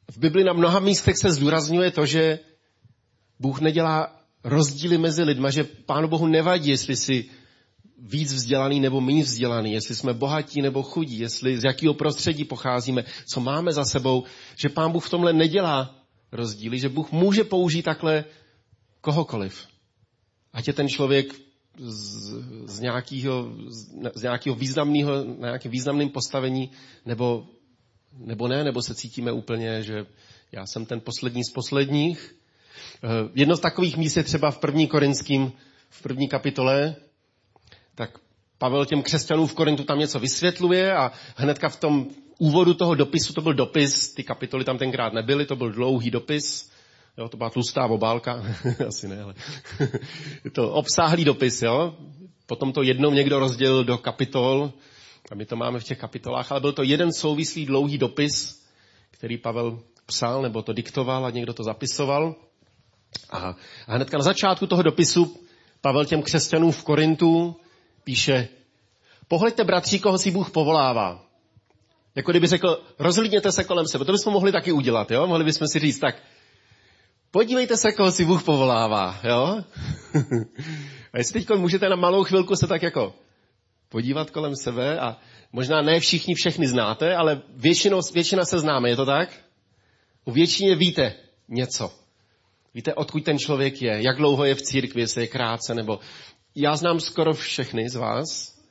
v Bibli na mnoha místech se zdůrazňuje to, že Bůh nedělá rozdíly mezi lidma, že Pánu Bohu nevadí, jestli jsi víc vzdělaný nebo méně vzdělaný, jestli jsme bohatí nebo chudí, jestli z jakého prostředí pocházíme, co máme za sebou, že Pán Bůh v tomhle nedělá rozdíly, že Bůh může použít takhle kohokoliv. Ať je ten člověk z nějakého významného, na nějakém významném postavení, nebo ne, nebo se cítíme úplně, že já jsem ten poslední z posledních. Jedno z takových míst je třeba v 1. Korinským, v 1. kapitole, tak Pavel těm křesťanům v Korintu tam něco vysvětluje a hnedka v tom úvodu toho dopisu, to byl dopis, ty kapitoly tam tenkrát nebyly, to byl dlouhý dopis, jo, to byla tlustá obálka, asi ne, ale je to obsáhlý dopis, jo. Potom to jednou někdo rozdělil do kapitol a my to máme v těch kapitolách, ale byl to jeden souvislý dlouhý dopis, který Pavel psal nebo to diktoval a někdo to zapisoval. A hnedka na začátku toho dopisu Pavel těm křesťanům v Korintu píše: pohleďte, bratři, koho si Bůh povolává. Jako kdyby řekl, rozhlídněte se kolem sebe. To bychom mohli taky udělat, jo? Mohli bychom si říct, tak podívejte se, koho si Bůh povolává, jo? A jestli teď můžete na malou chvilku se tak jako podívat kolem sebe a možná ne všichni všechny znáte, ale většina se známe, je to tak? U většině víte něco. Víte, odkud ten člověk je, jak dlouho je v církvi, jestli je krátce, nebo já znám skoro všechny z vás.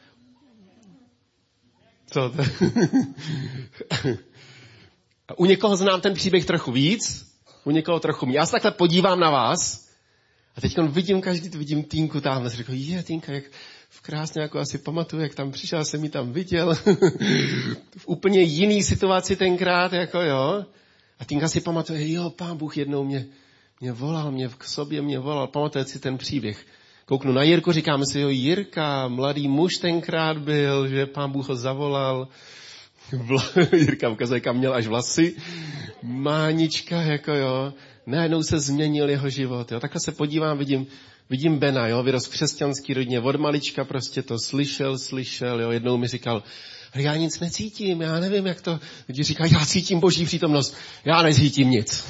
Co to? A u někoho znám ten příběh trochu víc, u někoho trochu méně. Já se takhle podívám na vás a teď vidím Týnku tamhle. Řekl, Týnka, jak krásně, jako asi pamatuju, jak tam přišel, jsem ji tam viděl. V úplně jiný situaci tenkrát, jako jo. A Týnka si pamatuje, Pán Bůh jednou mě volal, k sobě mě volal. Pamatuje si ten příběh. Kouknu na Jirku, říkáme si, Jirka, mladý muž tenkrát byl, že Pán Bůh ho zavolal. Jirka ukazuje, kam měl až vlasy. Mánička, jako jo. Najednou se změnil jeho život. Jo. Takhle se podívám, vidím Bena, jo, vyrost v křesťanský rodině. Od malička prostě to slyšel, jo. Jednou mi říkal, já nic necítím, já nevím, jak to. Když říká, já cítím Boží přítomnost, já necítím nic.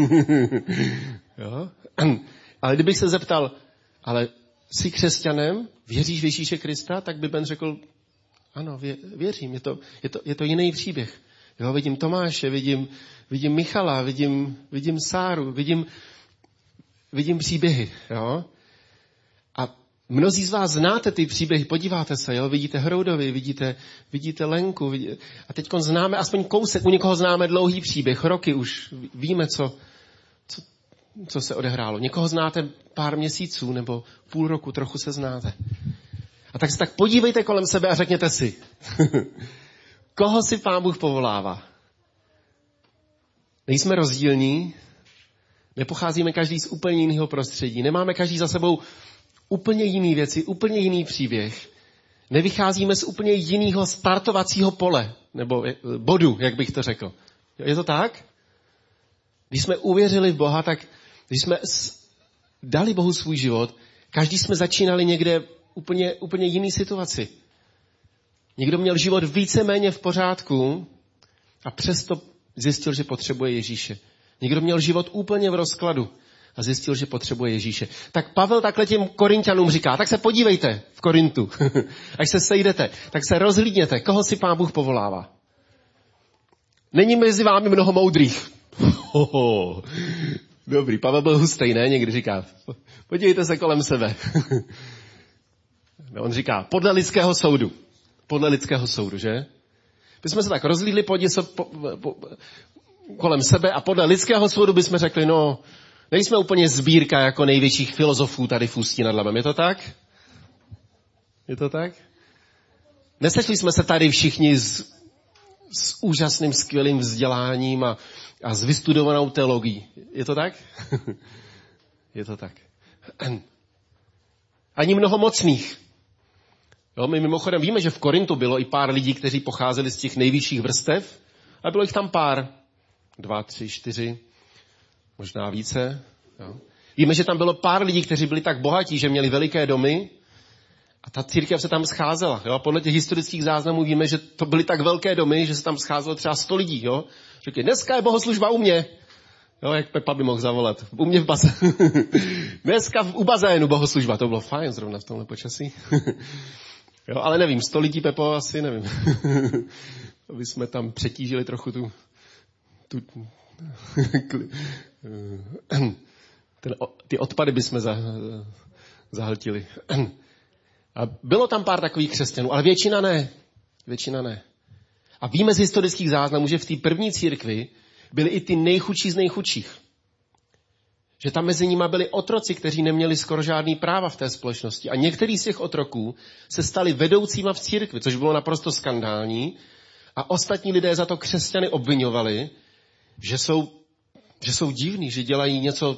Jo. Ale kdybych se zeptal, ale jsi křesťanem, věříš v Ježíše Krista, tak by Ben řekl, ano, věřím, je to jiný příběh. Jo, vidím Tomáše, vidím Michala, vidím Sáru, vidím příběhy, jo. A mnozí z vás znáte ty příběhy, podíváte se, jo, vidíte Hroudovi, vidíte Lenku, a teď známe aspoň kousek, u někoho známe dlouhý příběh, roky už, víme, co se odehrálo. Někoho znáte pár měsíců nebo půl roku, trochu se znáte. A tak se tak podívejte kolem sebe a řekněte si, koho si Pán Bůh povolává. Nejsme rozdílní, nepocházíme každý z úplně jiného prostředí, nemáme každý za sebou úplně jiný věci, úplně jiný příběh. Nevycházíme z úplně jiného startovacího pole, nebo bodu, jak bych to řekl. Je to tak? Když jsme uvěřili v Boha, tak když jsme dali Bohu svůj život, každý jsme začínali někde úplně jiný situaci. Někdo měl život víceméně v pořádku a přesto zjistil, že potřebuje Ježíše. Někdo měl život úplně v rozkladu a zjistil, že potřebuje Ježíše. Tak Pavel takhle těm Korinťanům říká, tak se podívejte v Korintu, až se sejdete, tak se rozhlídněte, koho si Pán Bůh povolává. Není mezi vámi mnoho moudrých. Dobrý, Pavel byl hustý, ne? Někdy říká, podívejte se kolem sebe. No, on říká, podle lidského soudu. Podle lidského soudu, že? My jsme se tak rozlídli kolem sebe a podle lidského soudu bychom řekli, no, nejsme úplně sbírka jako největších filozofů tady v Ústí nad Labem. Je to tak? Je to tak? Nesešli jsme se tady všichni s úžasným, skvělým vzděláním a s vystudovanou teologií. Je to tak? Je to tak. Ani mnoho mocných. Jo, my mimochodem víme, že v Korintu bylo i pár lidí, kteří pocházeli z těch nejvyšších vrstev a bylo jich tam pár. 2, 3, 4, možná více. Jo. Víme, že tam bylo pár lidí, kteří byli tak bohatí, že měli veliké domy a ta církev se tam scházela. Jo. Podle těch historických záznamů víme, že to byly tak velké domy, že se tam scházelo třeba 100 lidí. Jo. Řekli, dneska je bohoslužba u mě. Jo, jak Pepa by mohl zavolat. U mě v bazénu. Dneska u bazénu bohoslužba. To bylo fajn zrovna v tomhle počasí. Jo, ale nevím, 100 lidí, Pepo, asi nevím. Aby jsme tam přetížili trochu ty odpady bychom zahltili. A bylo tam pár takových křesťanů, ale většina ne. Většina ne. A víme z historických záznamů, že v té první církvi byli i ty nejchudší z nejchudších. Že tam mezi nimi byli otroci, kteří neměli skoro žádný práva v té společnosti. A některý z těch otroků se stali vedoucíma v církvi, což bylo naprosto skandální. A ostatní lidé za to křesťany obviňovali, že jsou divní, že dělají něco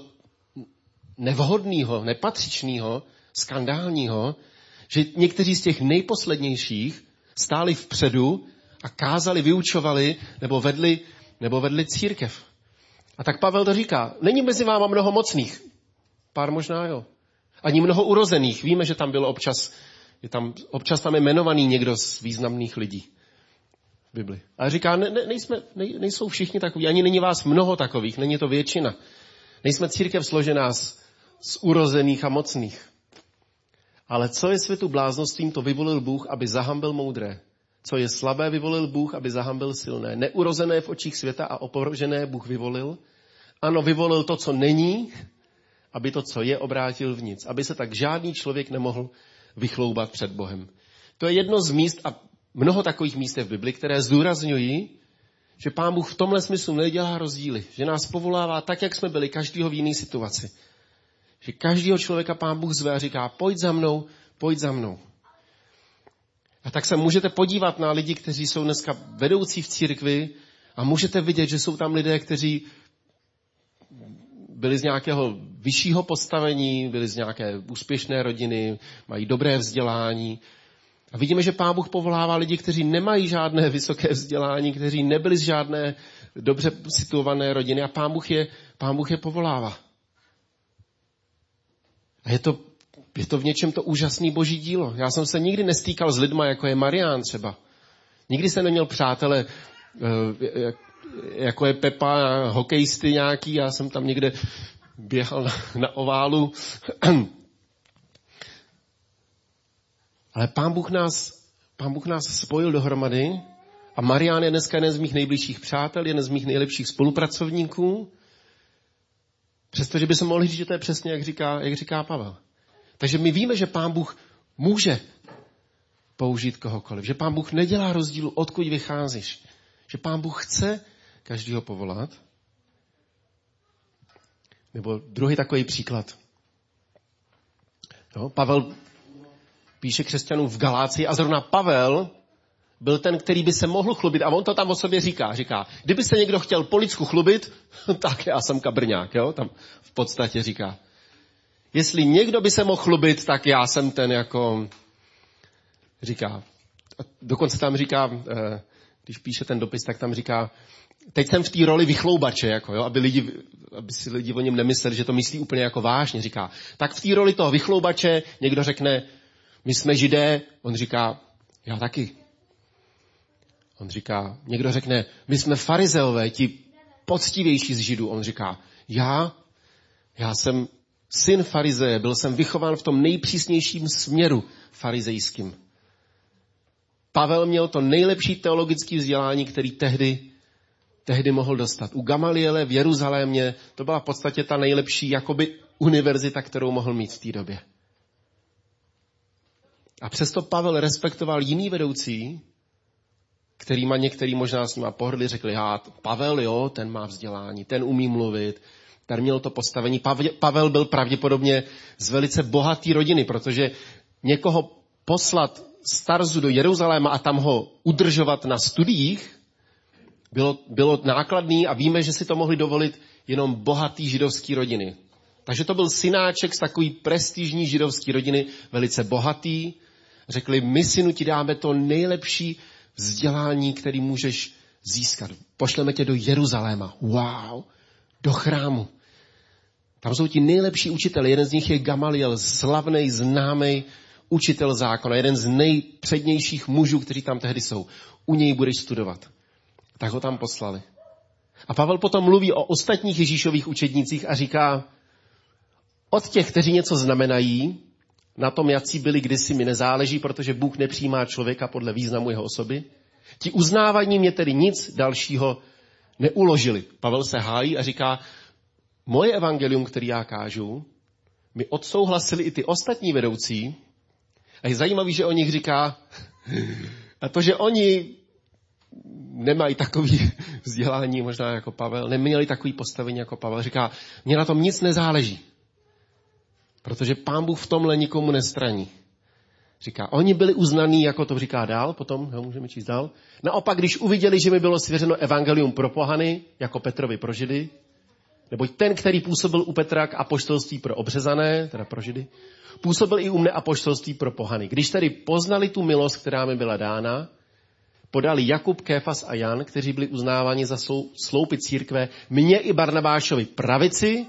nevhodného, nepatřičného, skandálního, že někteří z těch nejposlednějších stáli vpředu a kázali, vyučovali nebo vedli církev. A tak Pavel to říká, není mezi váma mnoho mocných. Pár možná jo. Ani mnoho urozených. Víme, že tam bylo občas tam je jmenovaný někdo z významných lidí v Bibli. Ale říká, nejsou všichni takoví, ani není vás mnoho takových, není to většina. Nejsme církev složená z urozených a mocných. Ale co je světu bláznostvím, to vyvolil Bůh, aby zahambil moudré. Co je slabé, vyvolil Bůh, aby zahambil silné. Neurozené v očích světa a opovržené Bůh vyvolil. Ano, vyvolil to, co není, aby to, co je, obrátil v nic. Aby se tak žádný člověk nemohl vychloubat před Bohem. To je jedno z míst, a mnoho takových míst je v Bibli, které zdůrazňují, že Pán Bůh v tomhle smyslu nedělá rozdíly. Že nás povolává tak, jak jsme byli, každýho v jiné situaci. Že každýho člověka Pán Bůh zve a říká, pojď za mnou. A tak se můžete podívat na lidi, kteří jsou dneska vedoucí v církvi a můžete vidět, že jsou tam lidé, kteří byli z nějakého vyššího postavení, byli z nějaké úspěšné rodiny, mají dobré vzdělání. A vidíme, že Pán Bůh povolává lidi, kteří nemají žádné vysoké vzdělání, kteří nebyli z žádné dobře situované rodiny a Pán Bůh je povolává. A je to v něčem to úžasný boží dílo. Já jsem se nikdy nestýkal s lidma, jako je Marián třeba. Nikdy jsem neměl přátele, jako je Pepa, hokejisty nějaký. Já jsem tam někde běhal na oválu. Ale Pán Bůh nás spojil dohromady a Marián je dneska jeden z mých nejbližších přátel, jeden z mých nejlepších spolupracovníků. Přestože by se mohli říct, že to je přesně, jak říká Pavel. Takže my víme, že Pán Bůh může použít kohokoliv. Že Pán Bůh nedělá rozdílu, odkud vycházíš. Že Pán Bůh chce každýho povolat. Nebo druhý takový příklad. No, Pavel píše křesťanům v Galácii a zrovna Pavel byl ten, který by se mohl chlubit. A on to tam o sobě říká. Kdyby se někdo chtěl po lidsku chlubit, tak já jsem kabrňák. Jo? Tam v podstatě říká. Jestli někdo by se mohl chlubit, tak já jsem ten jako říká. A dokonce tam říká, když píše ten dopis, tak tam říká, teď jsem v té roli vychloubače, jako, jo? Aby si lidi o něm nemysleli, že to myslí úplně jako vážně. Říká, tak v té roli toho vychloubače někdo řekne, my jsme Židé, on říká, já taky. On říká, někdo řekne, my jsme farizeové, ti poctivější z Židů. On říká, já jsem syn farizeje, byl jsem vychován v tom nejpřísnějším směru farizejským. Pavel měl to nejlepší teologické vzdělání, který tehdy mohl dostat. U Gamaliele v Jeruzalémě to byla v podstatě ta nejlepší jakoby univerzita, kterou mohl mít v té době. A přesto Pavel respektoval jiný vedoucí, kterýma některý možná s nima pohrdli, řekli, Pavel, jo, ten má vzdělání, ten umí mluvit, ten měl to postavení. Pavel byl pravděpodobně z velice bohaté rodiny, protože někoho poslat z Tarzu do Jeruzaléma a tam ho udržovat na studiích bylo nákladný a víme, že si to mohli dovolit jenom bohatý židovský rodiny. Takže to byl synáček z takový prestižní židovské rodiny, velice bohatý. Řekli, my synu ti dáme to nejlepší vzdělání, který můžeš získat. Pošleme tě do Jeruzaléma. Wow, do chrámu. Tam jsou ti nejlepší učitelé. Jeden z nich je Gamaliel, slavný, známý učitel zákona. Jeden z nejpřednějších mužů, kteří tam tehdy jsou. U něj budeš studovat. Tak ho tam poslali. A Pavel potom mluví o ostatních Ježíšových učednících a říká, od těch, kteří něco znamenají, na tom, jací byli kdysi, mi nezáleží, protože Bůh nepřijímá člověka podle významu jeho osoby. Ti uznávaní mě tedy nic dalšího neuložili. Pavel se hájí a říká, moje evangelium, který já kážu, mi odsouhlasili i ty ostatní vedoucí. A je zajímavý, že o nich říká, a to, že oni nemají takový vzdělání možná jako Pavel, neměli takový postavení jako Pavel, říká, mně na tom nic nezáleží. Protože Pán Bůh v tomhle nikomu nestraní. Říká, oni byli uznaní, jako to říká dál, potom můžeme číst dál. Naopak, když uviděli, že mi bylo svěřeno evangelium pro pohany, jako Petrovi pro Židy, neboť ten, který působil u Petra k apoštolství pro obřezané, teda pro Židy, působil i u mne apoštolství pro pohany. Když tedy poznali tu milost, která mi byla dána, podali Jakub, Kéfas a Jan, kteří byli uznáváni za sloupy církve, mně i Barnabášovi pravici,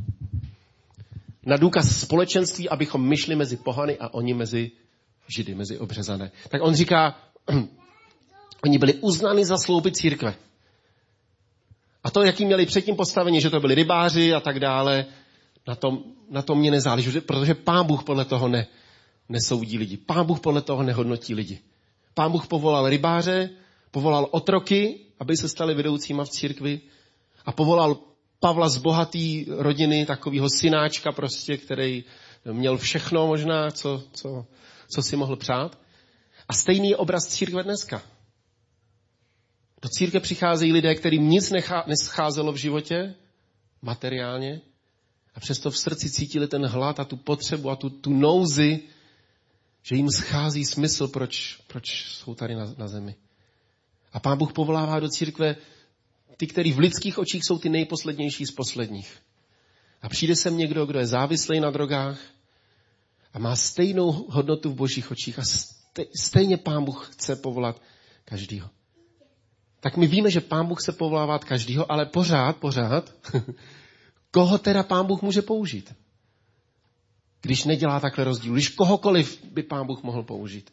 na důkaz společenství, abychom myšli mezi pohany a oni mezi Židy, mezi obřezané. Tak on říká, oni byli uznáni za sloupy církve. A to, jaký měli předtím postavení, že to byli rybáři a tak dále, na tom mě nezáleží, protože Pán Bůh podle toho nesoudí lidi. Pán Bůh podle toho nehodnotí lidi. Pán Bůh povolal rybáře, povolal otroky, aby se stali vedoucíma v církvi a povolal Pavla z bohatý rodiny, takovýho synáčka prostě, který měl všechno možná, co si mohl přát. A stejný je obraz církve dneska. Do církve přicházejí lidé, kterým nic nescházelo v životě, materiálně, a přesto v srdci cítili ten hlad a tu potřebu a tu nouzi, že jim schází smysl, proč jsou tady na zemi. A Pán Bůh povolává do církve ty, kteří v lidských očích jsou ty nejposlednější z posledních. A přijde sem někdo, kdo je závislý na drogách a má stejnou hodnotu v Božích očích a stejně Pán Bůh chce povolat každýho. Tak my víme, že Pán Bůh chce povolávat každýho, ale pořád, koho teda Pán Bůh může použít? Když nedělá takhle rozdíl, když kohokoliv by Pán Bůh mohl použít.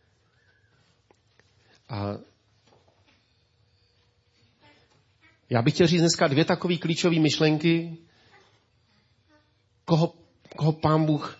A já bych chtěl říct dneska 2 takové klíčové myšlenky, koho Pán Bůh,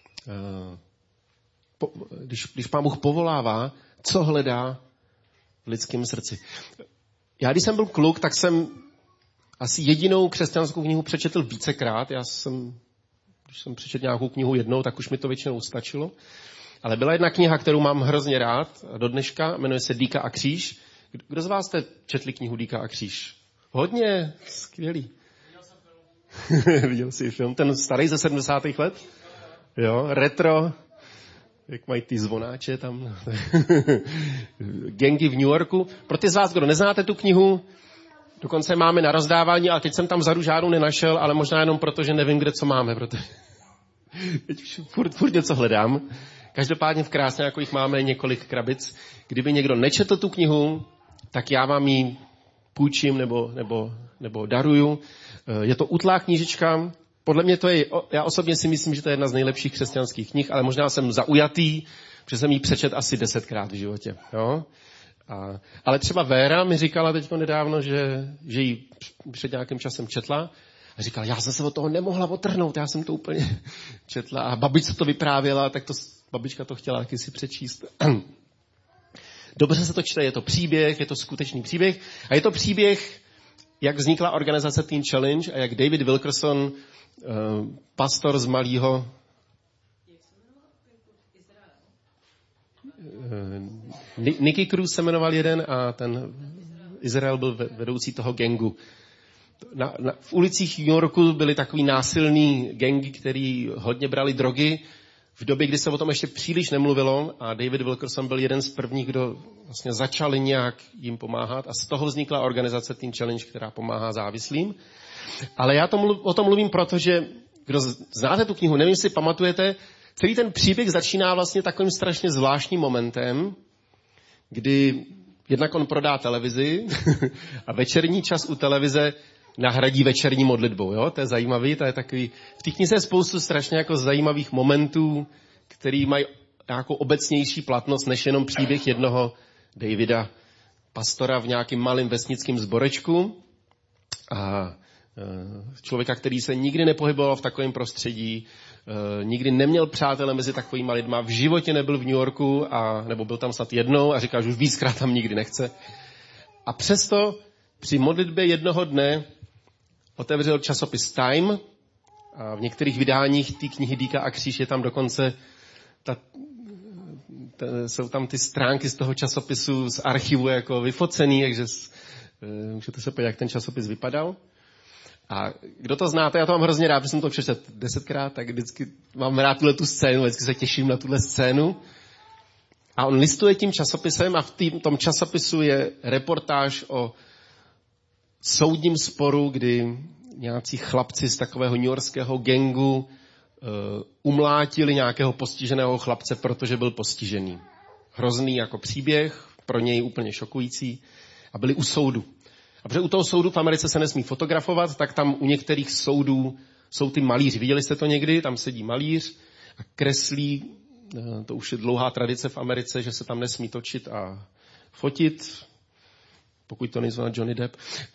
když Pán Bůh povolává, co hledá v lidském srdci. Já, když jsem byl kluk, tak jsem asi jedinou křesťanskou knihu přečetl vícekrát. Když jsem přečetl nějakou knihu jednou, tak už mi to většinou stačilo. Ale byla jedna kniha, kterou mám hrozně rád do dneška, jmenuje se Dýka a kříž. Kdo z vás jste četli knihu Dýka a kříž? Hodně, skvělý. Viděl jsi film, ten starý ze 70. let? Jo, retro, jak mají ty zvonáče tam. Gangy v New Yorku. Pro ty z vás, kdo neznáte tu knihu, dokonce máme na rozdávání, ale teď jsem tam vzadu žádnou nenašel, ale možná jenom proto, že nevím, kde co máme, protože teď furt něco hledám. Každopádně v Krásňáku jich máme několik krabic. Kdyby někdo nečetl tu knihu, tak já vám ji půjčím nebo daruju. Je to útlá knížička. Podle mě to je, já osobně si myslím, že to je jedna z nejlepších křesťanských knih, ale možná jsem zaujatý, protože jsem ji přečet asi 10krát v životě. Jo? Ale třeba Véra mi říkala teď nedávno, že ji před nějakým časem četla a říkala, já jsem se od toho nemohla otrhnout, já jsem to úplně četla a babičce to vyprávěla, tak babička to chtěla taky si přečíst. Dobře se to čte, je to příběh, je to skutečný příběh a je to příběh, jak vznikla organizace Teen Challenge a jak David Wilkerson, pastor z malého Nicky Cruz se jmenoval jeden a ten Izrael byl vedoucí toho gangu. V ulicích New Yorku byly takový násilný gangy, který hodně brali drogy. V době, kdy se o tom ještě příliš nemluvilo a David Wilkerson byl jeden z prvních, kdo vlastně začal nějak jim pomáhat a z toho vznikla organizace Teen Challenge, která pomáhá závislým. Ale já o tom mluvím proto, že kdo znáte tu knihu, nevím, jestli pamatujete, celý ten příběh začíná vlastně takovým strašně zvláštním momentem, kdy jednak on prodá televizi a večerní čas u televize nahradí večerní modlitbou. Jo? To je zajímavý, to je takový... V té knize je spoustu strašně jako zajímavých momentů, který mají nějakou obecnější platnost, než jenom příběh jednoho Davida, pastora v nějakém malém vesnickém sborečku. A člověka, který se nikdy nepohyboval v takovém prostředí, nikdy neměl přátele mezi takovýma lidma, v životě nebyl v New Yorku, nebo byl tam snad jednou a říkal, že už víckrát tam nikdy nechce. A přesto při modlitbě jednoho dne otevřel časopis Time a v některých vydáních té knihy Dýka a kříž je tam dokonce, jsou tam ty stránky z toho časopisu z archivu jako vyfocený, takže můžete se podívat, jak ten časopis vypadal. A kdo to znáte, já to mám hrozně rád, protože jsem to přečetl 10krát, tak vždycky mám rád tu scénu, vždycky se těším na tuhle scénu. A on listuje tím časopisem a v tom časopisu je reportáž o soudním sporu, kdy nějací chlapci z takového newyorského gangu umlátili nějakého postiženého chlapce, protože byl postižený. Hrozný jako příběh, pro něj úplně šokující. A byli u soudu. A protože u toho soudu v Americe se nesmí fotografovat, tak tam u některých soudů jsou ty malíři. Viděli jste to někdy? Tam sedí malíř a kreslí. To už je dlouhá tradice v Americe, že se tam nesmí točit a fotit, pokud to nejsou na Johnny Depp.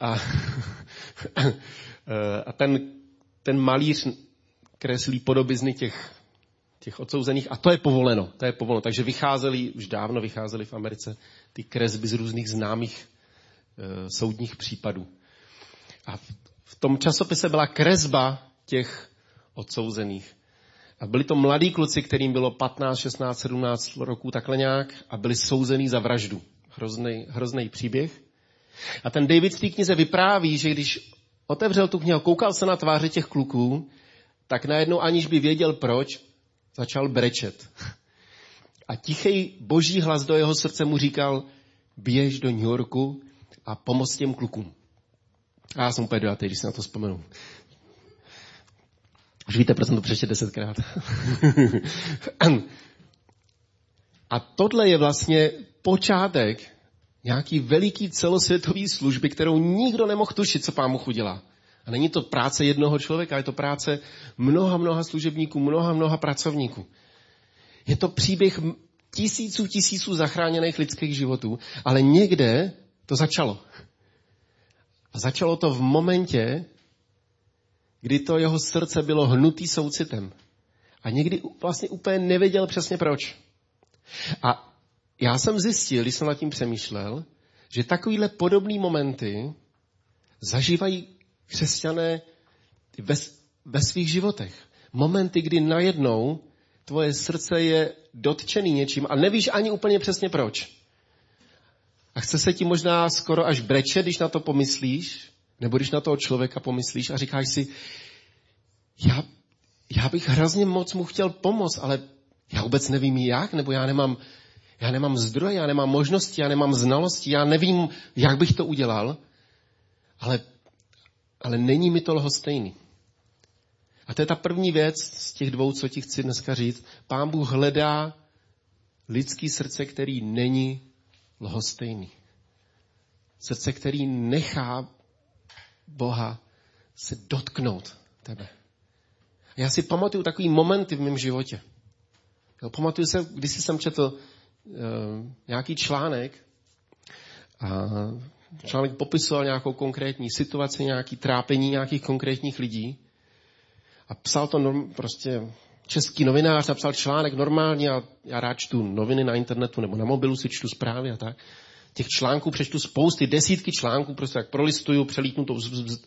A ten malíř kreslí podobizny těch odsouzených a to je povoleno. Takže už dávno vycházely v Americe ty kresby z různých známých soudních případů. A v tom časopise byla kresba těch odsouzených. A byli to mladí kluci, kterým bylo 15, 16, 17 roků, takhle nějak, a byli souzený za vraždu. Hrozný příběh. A ten David v té knize vypráví, že když otevřel tu knihu, koukal se na tváře těch kluků, tak najednou, aniž by věděl proč, začal brečet. A tichý boží hlas do jeho srdce mu říkal, běž do New Yorku a pomoz těm klukům. A já jsem úplně dojatý, když si na to vzpomenu. Už víte, proč jsem to přečetl 10krát. A tohle je vlastně počátek nějaký veliký celosvětový služby, kterou nikdo nemohl tušit, co Pán Bůh udělá. A není to práce jednoho člověka, je to práce mnoha služebníků, mnoha pracovníků. Je to příběh tisíců zachráněných lidských životů, ale někde to začalo. A začalo to v momentě, kdy to jeho srdce bylo hnutý soucitem. A někdy vlastně úplně nevěděl přesně proč. A já jsem zjistil, když jsem nad tím přemýšlel, že takovýhle podobný momenty zažívají křesťané ve svých životech. Momenty, kdy najednou tvoje srdce je dotčený něčím a nevíš ani úplně přesně proč. A chce se ti možná skoro až brečet, když na to pomyslíš, nebo když na toho člověka pomyslíš a říkáš si, já bych hrozně moc mu chtěl pomoct, ale já vůbec nevím jak, nebo já nemám zdroje, já nemám možnosti, já nemám znalosti, já nevím, jak bych to udělal, ale není mi to lhostejný. A to je ta první věc z těch dvou, co ti chci dneska říct. Pán Bůh hledá lidský srdce, který není lhostejný. Srdce, který nechá Boha se dotknout tebe. Já si pamatuju takový momenty v mém životě. Pamatuju se, když jsem četl nějaký článek a článek popisoval nějakou konkrétní situaci, nějaký trápení nějakých konkrétních lidí a psal to prostě český novinář, napsal článek normálně a já rád čtu noviny na internetu nebo na mobilu si čtu zprávy a tak. Těch článků přečtu spousty, desítky článků, prostě jak prolistuju, přelítnu to.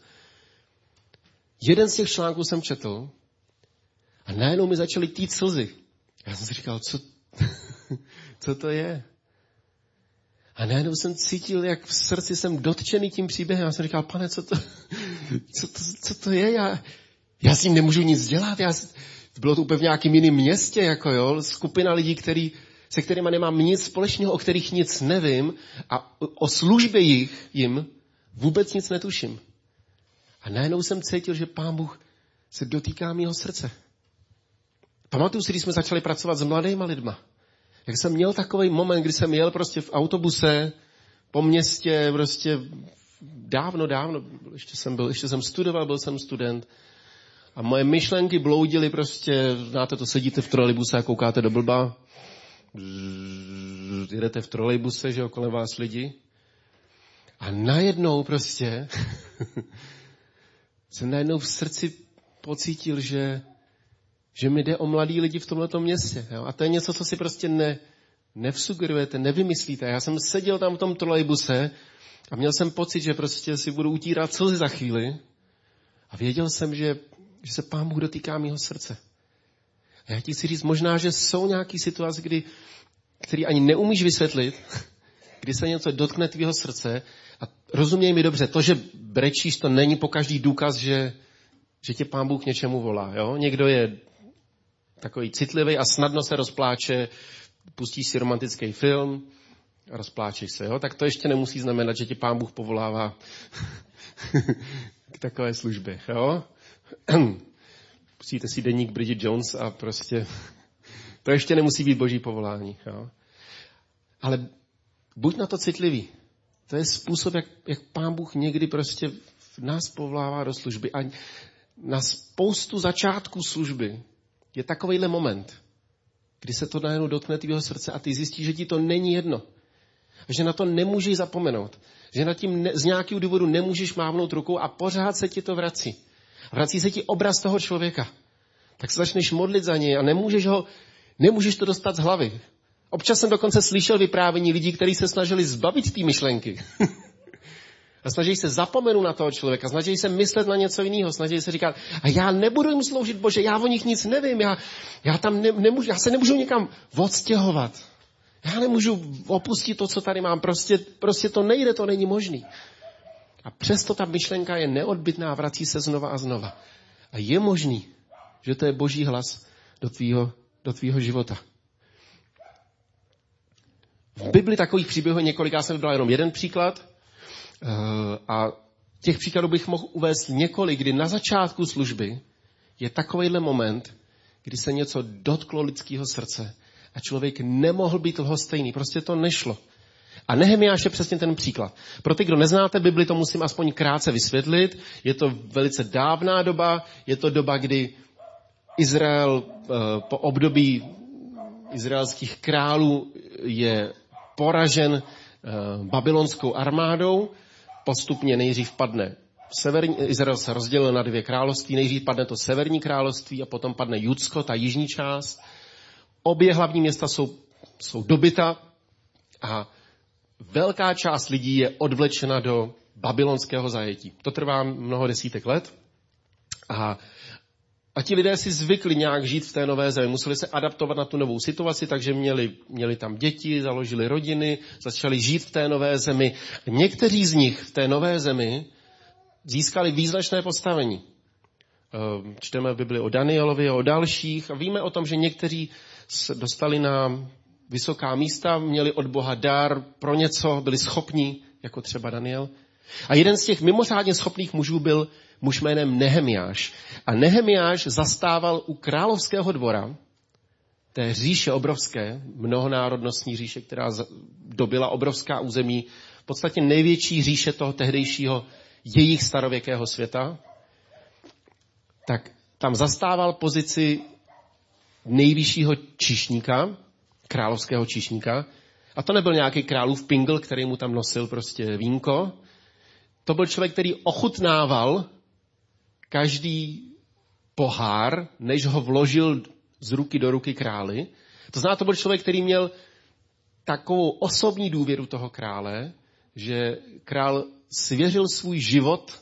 Jeden z těch článků jsem četl a najednou mi začaly tít slzy. Já jsem si říkal, co to je? A najednou jsem cítil, jak v srdci jsem dotčený tím příběhem. Já jsem říkal, Pane, co to je? Já s tím nemůžu nic dělat. Bylo to úplně v nějakém jiném městě, skupina lidí, se kterými nemám nic společného, o kterých nic nevím a o službě jim vůbec nic netuším. A najednou jsem cítil, že Pán Bůh se dotýká mého srdce. Pamatuju si, když jsme začali pracovat s mladýma lidma. Jak jsem měl takový moment, kdy jsem jel prostě v autobuse po městě, prostě dávno, ještě jsem studoval, byl jsem student a moje myšlenky bloudily prostě, znáte to, sedíte v trolejbuse a koukáte do blba, jedete v trolejbuse, že kolem vás lidi a najednou prostě jsem najednou v srdci pocítil, že mi jde o mladý lidi v tomhletom městě. Jo? A to je něco, co si prostě nevsugerujete, nevymyslíte. Já jsem seděl tam v tom trolejbuse a měl jsem pocit, že prostě si budu utírat slzy za chvíli. A věděl jsem, že se Pán Bůh dotýká mýho srdce. A já ti chci říct, možná, že jsou nějaké situace, který ani neumíš vysvětlit, kdy se něco dotkne tvýho srdce. A rozuměj mi dobře, to, že brečíš, to není pokaždý důkaz, že tě Pán Bůh k něčemu volá. Jo? Někdo je takový citlivý a snadno se rozpláče, pustíš si romantický film a rozpláčeš se. Jo? Tak to ještě nemusí znamenat, že tě Pán Bůh povolává k takové službě. Jo? Pustíte si deník Bridget Jones a prostě to ještě nemusí být boží povolání. Jo? Ale buď na to citlivý. To je způsob, jak Pán Bůh někdy prostě nás povolává do služby. A na spoustu začátků služby je takovejhle moment, kdy se to najednou dotkne tvýho srdce a ty zjistíš, že ti to není jedno. A že na to nemůžeš zapomenout. Že nad tím z nějakého důvodu nemůžeš mávnout rukou a pořád se ti to vrací. Vrací se ti obraz toho člověka. Tak se začneš modlit za něj a nemůžeš to dostat z hlavy. Občas jsem dokonce slyšel vyprávění lidí, kteří se snažili zbavit té myšlenky. A snaží se zapomenout na toho člověka, snaží se myslet na něco jiného, snaží se říkat, a já nebudu jim sloužit, Bože, já o nich nic nevím, já tam nemůžu, já se nemůžu nikam odstěhovat. Já nemůžu opustit to, co tady mám, prostě to nejde, to není možný. A přesto ta myšlenka je neodbytná, vrací se znova a znova. A je možný, že to je boží hlas do tvýho života. V Bibli takových příběhů několik, já jsem vybral jenom jeden příklad a těch příkladů bych mohl uvést několik, kdy na začátku služby je takovejhle moment, kdy se něco dotklo lidského srdce a člověk nemohl být lhostejný, prostě to nešlo. A Nehemiáš je přesně ten příklad. Pro ty, kdo neznáte Bibli, to musím aspoň krátce vysvětlit. Je to velice dávná doba, je to doba, kdy Izrael po období izraelských králů je poražen babylonskou armádou. Postupně nejdřív padne Izrael se rozdělil na 2 království. Nejdřív padne to severní království a potom padne Judsko, ta jižní část. Obě hlavní města jsou dobyta a velká část lidí je odvlečena do babylonského zajetí. To trvá mnoho desítek let. A ti lidé si zvykli nějak žít v té nové zemi. Museli se adaptovat na tu novou situaci, takže měli tam děti, založili rodiny, začali žít v té nové zemi. Někteří z nich v té nové zemi získali význačné postavení. Čteme v Bibli o Danielovi a o dalších a víme o tom, že někteří se dostali na vysoká místa, měli od Boha dar pro něco, byli schopní, jako třeba Daniel. A jeden z těch mimořádně schopných mužů byl muž jménem Nehemiáš. A Nehemiáš zastával u královského dvora té říše obrovské, mnohonárodnostní říše, která dobyla obrovská území, v podstatě největší říše toho tehdejšího jejich starověkého světa, tak tam zastával pozici nejvyššího číšníka, královského číšníka. A to nebyl nějaký králův pingl, který mu tam nosil prostě vínko. To byl člověk, který ochutnával každý pohár, než ho vložil z ruky do ruky králi. To znamená, to byl člověk, který měl takovou osobní důvěru toho krále, že král svěřil svůj život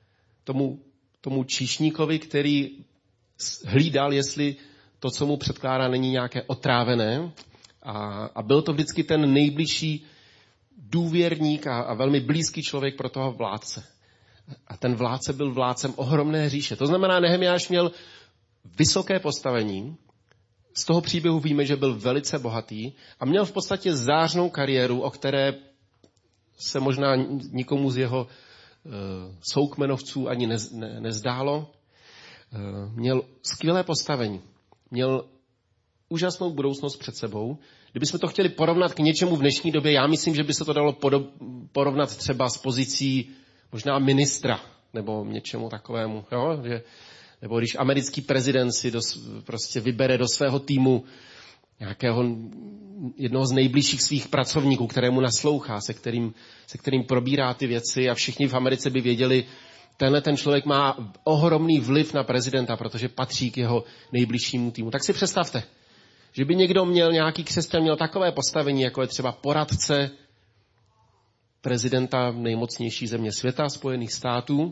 tomu číšníkovi, který hlídal, jestli to, co mu předkládá, není nějaké otrávené. A byl to vždycky ten nejbližší důvěrník a velmi blízký člověk pro toho vládce. A ten vládce byl vládcem ohromné říše. To znamená, Nehemiáš měl vysoké postavení. Z toho příběhu víme, že byl velice bohatý a měl v podstatě zářnou kariéru, o které se možná nikomu z jeho soukmenovců ani nezdálo. Měl skvělé postavení. Měl úžasnou budoucnost před sebou. Kdybychom to chtěli porovnat k něčemu v dnešní době, já myslím, že by se to dalo porovnat třeba s pozicí možná ministra nebo něčemu takovému. Jo? Nebo když americký prezident si prostě vybere do svého týmu nějakého jednoho z nejbližších svých pracovníků, kterému naslouchá, se kterým probírá ty věci a všichni v Americe by věděli, tenhle ten člověk má ohromný vliv na prezidenta, protože patří k jeho nejbližšímu týmu. Tak si představte, že by někdo měl, nějaký křesťan měl takové postavení, jako je třeba poradce prezidenta nejmocnější země světa, Spojených států.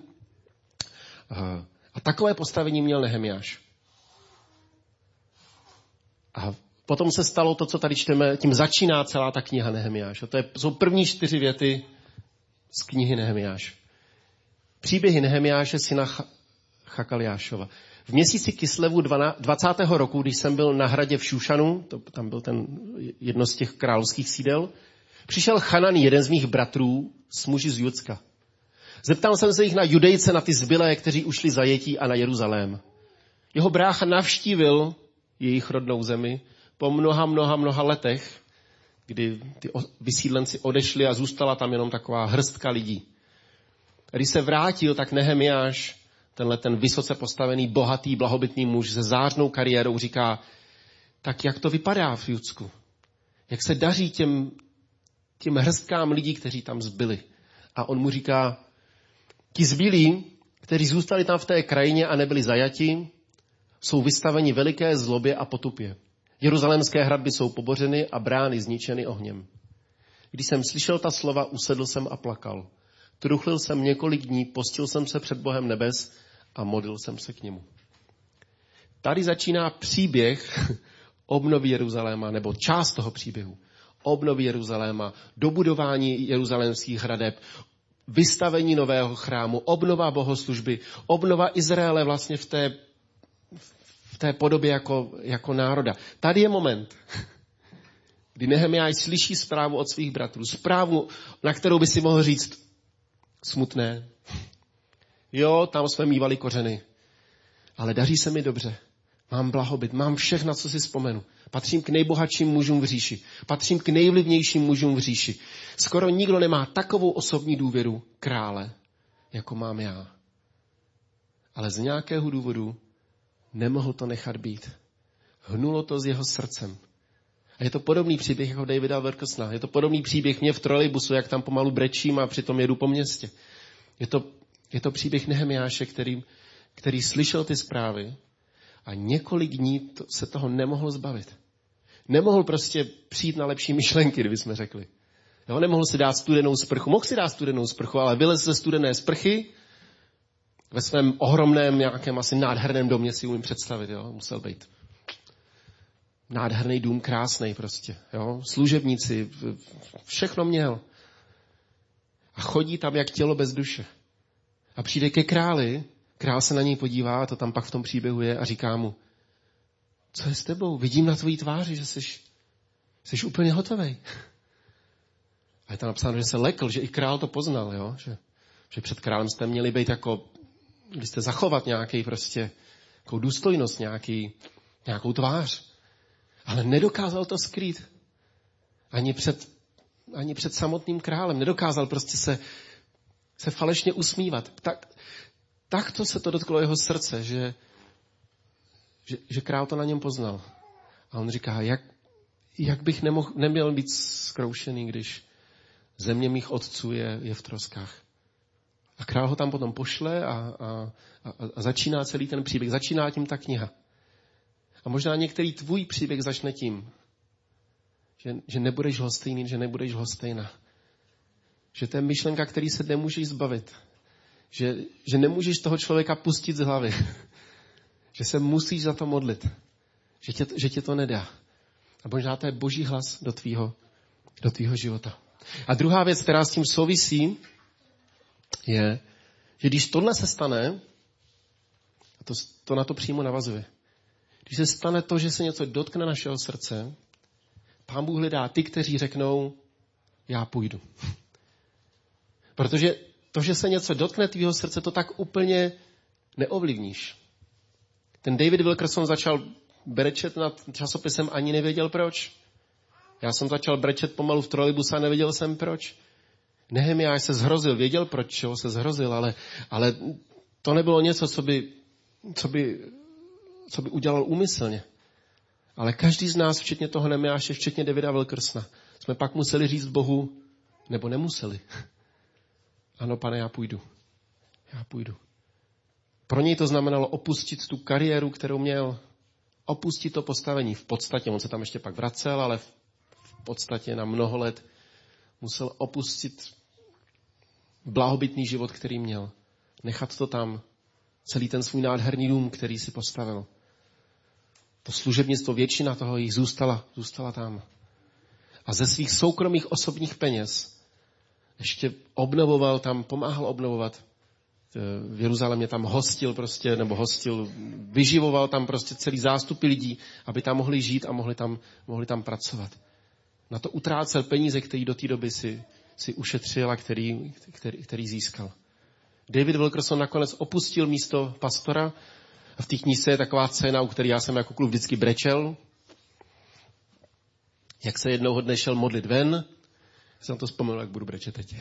A takové postavení měl Nehemiáš. A potom se stalo to, co tady čteme, tím začíná celá ta kniha Nehemiáš. A to jsou první 4 věty z knihy Nehemiáš. Příběhy Nehemiáše, syna Chakaliášova. V měsíci Kislevu 20. roku, když jsem byl na hradě v Šušanu, tam byl jedno z těch královských sídel, přišel Chanan, jeden z mých bratrů, s muži z Judska. Zeptal jsem se jich na Judejce, na ty zbylé, kteří ušli zajetí, a na Jeruzalém. Jeho brácha navštívil jejich rodnou zemi po mnoha letech, kdy ty vysídlenci odešli a zůstala tam jenom taková hrstka lidí. A když se vrátil, tak Nehemiáš, ten vysoce postavený, bohatý, blahobytný muž se zářnou kariérou říká, tak jak to vypadá v Judsku? Jak se daří těm hrstkám lidí, kteří tam zbyli? A on mu říká, ti zbylí, kteří zůstali tam v té krajině a nebyli zajati, jsou vystaveni veliké zlobě a potupě. Jeruzalémské hradby jsou pobořeny a brány zničeny ohněm. Když jsem slyšel ta slova, usedl jsem a plakal. Truchlil jsem několik dní, postil jsem se před Bohem nebes a modlil jsem se k němu. Tady začíná příběh obnovy Jeruzaléma, nebo část toho příběhu. Obnovy Jeruzaléma, dobudování jeruzalémských hradeb, vystavení nového chrámu, obnova bohoslužby, obnova Izraele vlastně v té podobě jako národa. Tady je moment, kdy Nehemiáš slyší zprávu od svých bratrů. Zprávu, na kterou by si mohl říct smutné. Jo, tam jsme mívali kořeny, ale daří se mi dobře. Mám blahobyt, mám všechno, co si vzpomenu. Patřím k nejbohatším mužům v říši. Patřím k nejvlivnějším mužům v říši. Skoro nikdo nemá takovou osobní důvěru krále, jako mám já. Ale z nějakého důvodu nemohl to nechat být. Hnulo to s jeho srdcem. A je to podobný příběh jako Davida Wilkersona. Je to podobný příběh mě v trolejbusu, jak tam pomalu brečím a přitom jedu po městě. Je to příběh Nehemiáše, který slyšel ty zprávy a několik dní se toho nemohl zbavit. Nemohl prostě přijít na lepší myšlenky, kdybychom řekli. Jo, nemohl si dát studenou sprchu. Mohl si dát studenou sprchu, ale vylez ze studené sprchy ve svém ohromném, nějakém asi nádherném domě, si umím představit. Jo, musel být nádherný dům, krásnej prostě. Jo, služebníci, všechno měl. A chodí tam jak tělo bez duše. A přijde ke králi, král se na něj podívá, a to tam pak v tom příběhu je, a říká mu, co je s tebou? Vidím na tvojí tváři, že jsi úplně hotovej. A je tam napsáno, že se lekl, že i král to poznal, jo? Že před králem jste měli být jako, když jste zachovat nějaký prostě, nějakou důstojnost, nějakou tvář. Ale nedokázal to skrýt. Ani před samotným králem. Nedokázal prostě se falešně usmívat. Tak to se to dotklo jeho srdce, že král to na něm poznal. A on říká, jak bych neměl být zkroušený, když země mých otců je v troskách. A král ho tam potom pošle a začíná celý ten příběh. Začíná tím ta kniha. A možná některý tvůj příběh začne tím, že nebudeš lhostejný, že nebudeš lhostejná. Že to je myšlenka, který se nemůžeš zbavit. Že nemůžeš toho člověka pustit z hlavy. Že se musíš za to modlit. Že tě to nedá. A možná to je boží hlas do tvýho života. A druhá věc, která s tím souvisí, je, že když tohle se stane, a to na to přímo navazuje, když se stane to, že se něco dotkne našeho srdce, Pán Bůh hledá ty, kteří řeknou, já půjdu. Protože to, že se něco dotkne tvýho srdce, to tak úplně neovlivníš. Ten David Wilkerson začal brečet nad časopisem, ani nevěděl proč. Já jsem začal brečet pomalu v trolejbuse a nevěděl jsem proč. Nehemiáš se zhrozil, věděl proč, čeho se zhrozil, ale to nebylo něco, co by udělal úmyslně. Ale každý z nás, včetně toho Nehemiáše, včetně Davida Wilkersona, jsme pak museli říct Bohu, nebo nemuseli. Ano, Pane, já půjdu. Já půjdu. Pro něj to znamenalo opustit tu kariéru, kterou měl, opustit to postavení. V podstatě, on se tam ještě pak vracel, ale v podstatě na mnoho let musel opustit blahobytný život, který měl. Nechat to tam, celý ten svůj nádherný dům, který si postavil. To služebnictvo, většina toho jich zůstala tam. A ze svých soukromých osobních peněz ještě obnovoval tam, pomáhal obnovovat. V Jeruzalémě tam hostil, vyživoval tam prostě celý zástupy lidí, aby tam mohli žít a mohli tam pracovat. Na to utrácel peníze, který do té doby si ušetřil a který získal. David Wilkerson nakonec opustil místo pastora. A v té knížce je taková scéna, u které já jsem jako kluk vždycky brečel. Jak se jednoho dne šel modlit ven. Jsem to vzpomněl, jak budu brečet teď.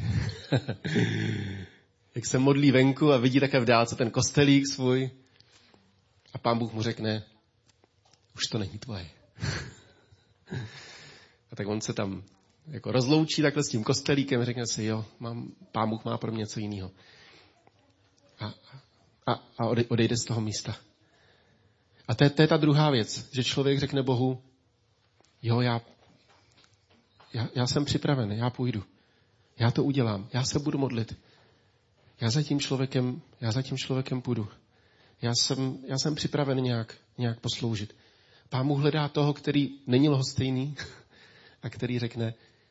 Jak se modlí venku a vidí také v dálce ten kostelík svůj. A Pán Bůh mu řekne, už to není tvoje. A tak on se tam jako rozloučí takhle s tím kostelíkem a řekne si, jo, Pán Bůh má pro mě něco jiného. A odejde z toho místa. A to je ta druhá věc, že člověk řekne Bohu, jo, já jsem připraven, já půjdu. Já to udělám, já se budu modlit. Já za tím člověkem půjdu. Já jsem připraven nějak posloužit. Pán Bůh hledá toho, který není lhostejný a který řekne,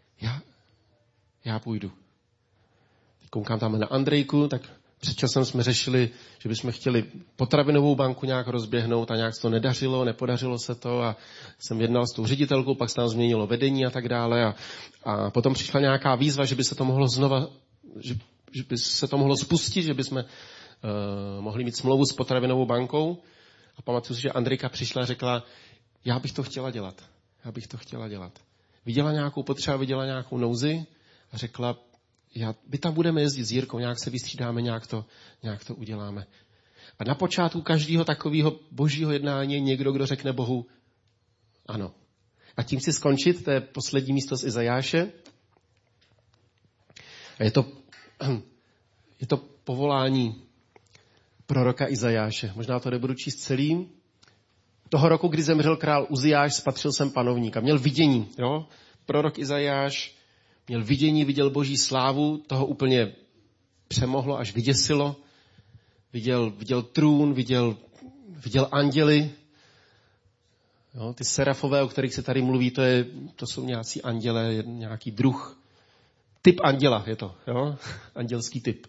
já půjdu. Koukám tam na Andrejku, tak před časem jsme řešili, že bychom chtěli potravinovou banku nějak rozběhnout a nějak se to nepodařilo se to a jsem jednal s tou ředitelkou, pak se tam změnilo vedení a tak dále a potom přišla nějaká výzva, že by se to mohlo že by se to mohlo spustit, že bychom mohli mít smlouvu s potravinovou bankou a pamatuju si, že Andrejka přišla a řekla, já bych to chtěla dělat. Viděla nějakou potřebu, viděla nějakou nouzi a řekla, my tam budeme jezdit s Jirkou, nějak se vystřídáme, nějak to uděláme. A na počátku každého takového božího jednání je někdo, kdo řekne Bohu ano. A tím si skončit, to je poslední místo z Izajáše. A je to povolání proroka Izajáše. Možná to nebudu číst celý. Toho roku, kdy zemřel král Uziáš, spatřil jsem panovníka. Měl vidění, jo? Prorok Izajáš měl vidění, viděl boží slávu, toho úplně přemohlo, až vyděsilo. Viděl trůn, viděl anděly. Jo, ty serafové, o kterých se tady mluví, to jsou nějací anděle, nějaký druh. Typ anděla je to, jo? Andělský typ.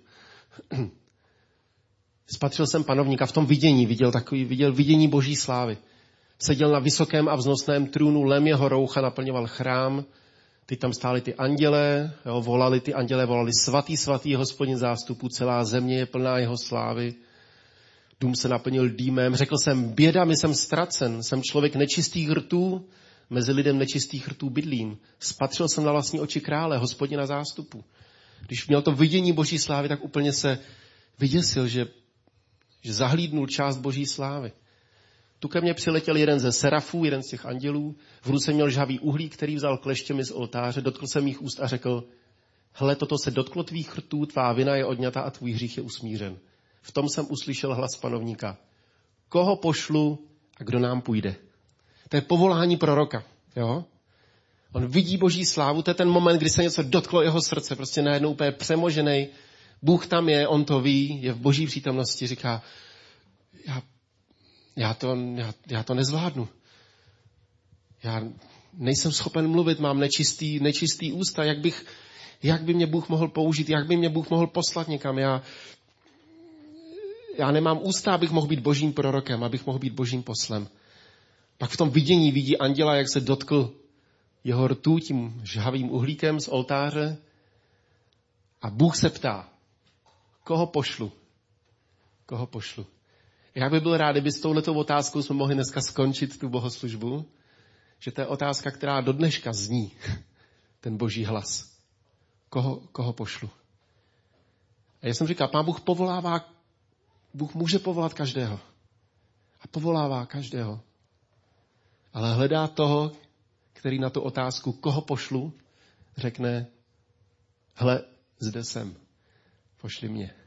Spatřil jsem panovníka v tom vidění, viděl vidění boží slávy. Seděl na vysokém a vznosném trůnu, lem jeho roucha naplňoval chrám. Teď tam stály ty anděle, jo, volali svatý, svatý Hospodin zástupu, celá země je plná jeho slávy. Dům se naplnil dýmem. Řekl jsem, běda, mi jsem ztracen, jsem člověk nečistých rtů, mezi lidem nečistých rtů bydlím. Spatřil jsem na vlastní oči krále, Hospodina zástupu. Když měl to vidění boží slávy, tak úplně se vyděsil, že zahlídnul část boží slávy. Tu ke mně přiletěl jeden ze serafů, jeden z těch andělů. V ruce měl žhavý uhlí, který vzal kleštěmi z oltáře, dotkl se mých úst a řekl, hle, toto se dotklo tvých rtů, tvá vina je odňata a tvůj hřích je usmířen. V tom jsem uslyšel hlas panovníka. Koho pošlu a kdo nám půjde? To je povolání proroka. Jo? On vidí boží slávu, to je ten moment, kdy se něco dotklo jeho srdce, prostě najednou úplně přemožený. Bůh tam je, on to ví, je v boží přítomnosti, říká, já to nezvládnu. Já nejsem schopen mluvit, mám nečistý ústa, jak by mě Bůh mohl použít, jak by mě Bůh mohl poslat někam. Já nemám ústa, abych mohl být božím prorokem, abych mohl být božím poslem. Pak v tom vidění vidí anděla, jak se dotkl jeho rtů tím žhavým uhlíkem z oltáře a Bůh se ptá, koho pošlu? Koho pošlu? Já bych byl rád, kdyby s touhletou otázkou jsme mohli dneska skončit tu bohoslužbu, že to je otázka, která do dneška zní, ten boží hlas. Koho pošlu? A já jsem říkal, Pán Bůh Bůh může povolat každého. A povolává každého. Ale hledá toho, který na tu otázku, koho pošlu, řekne, hle, zde jsem, pošli mě.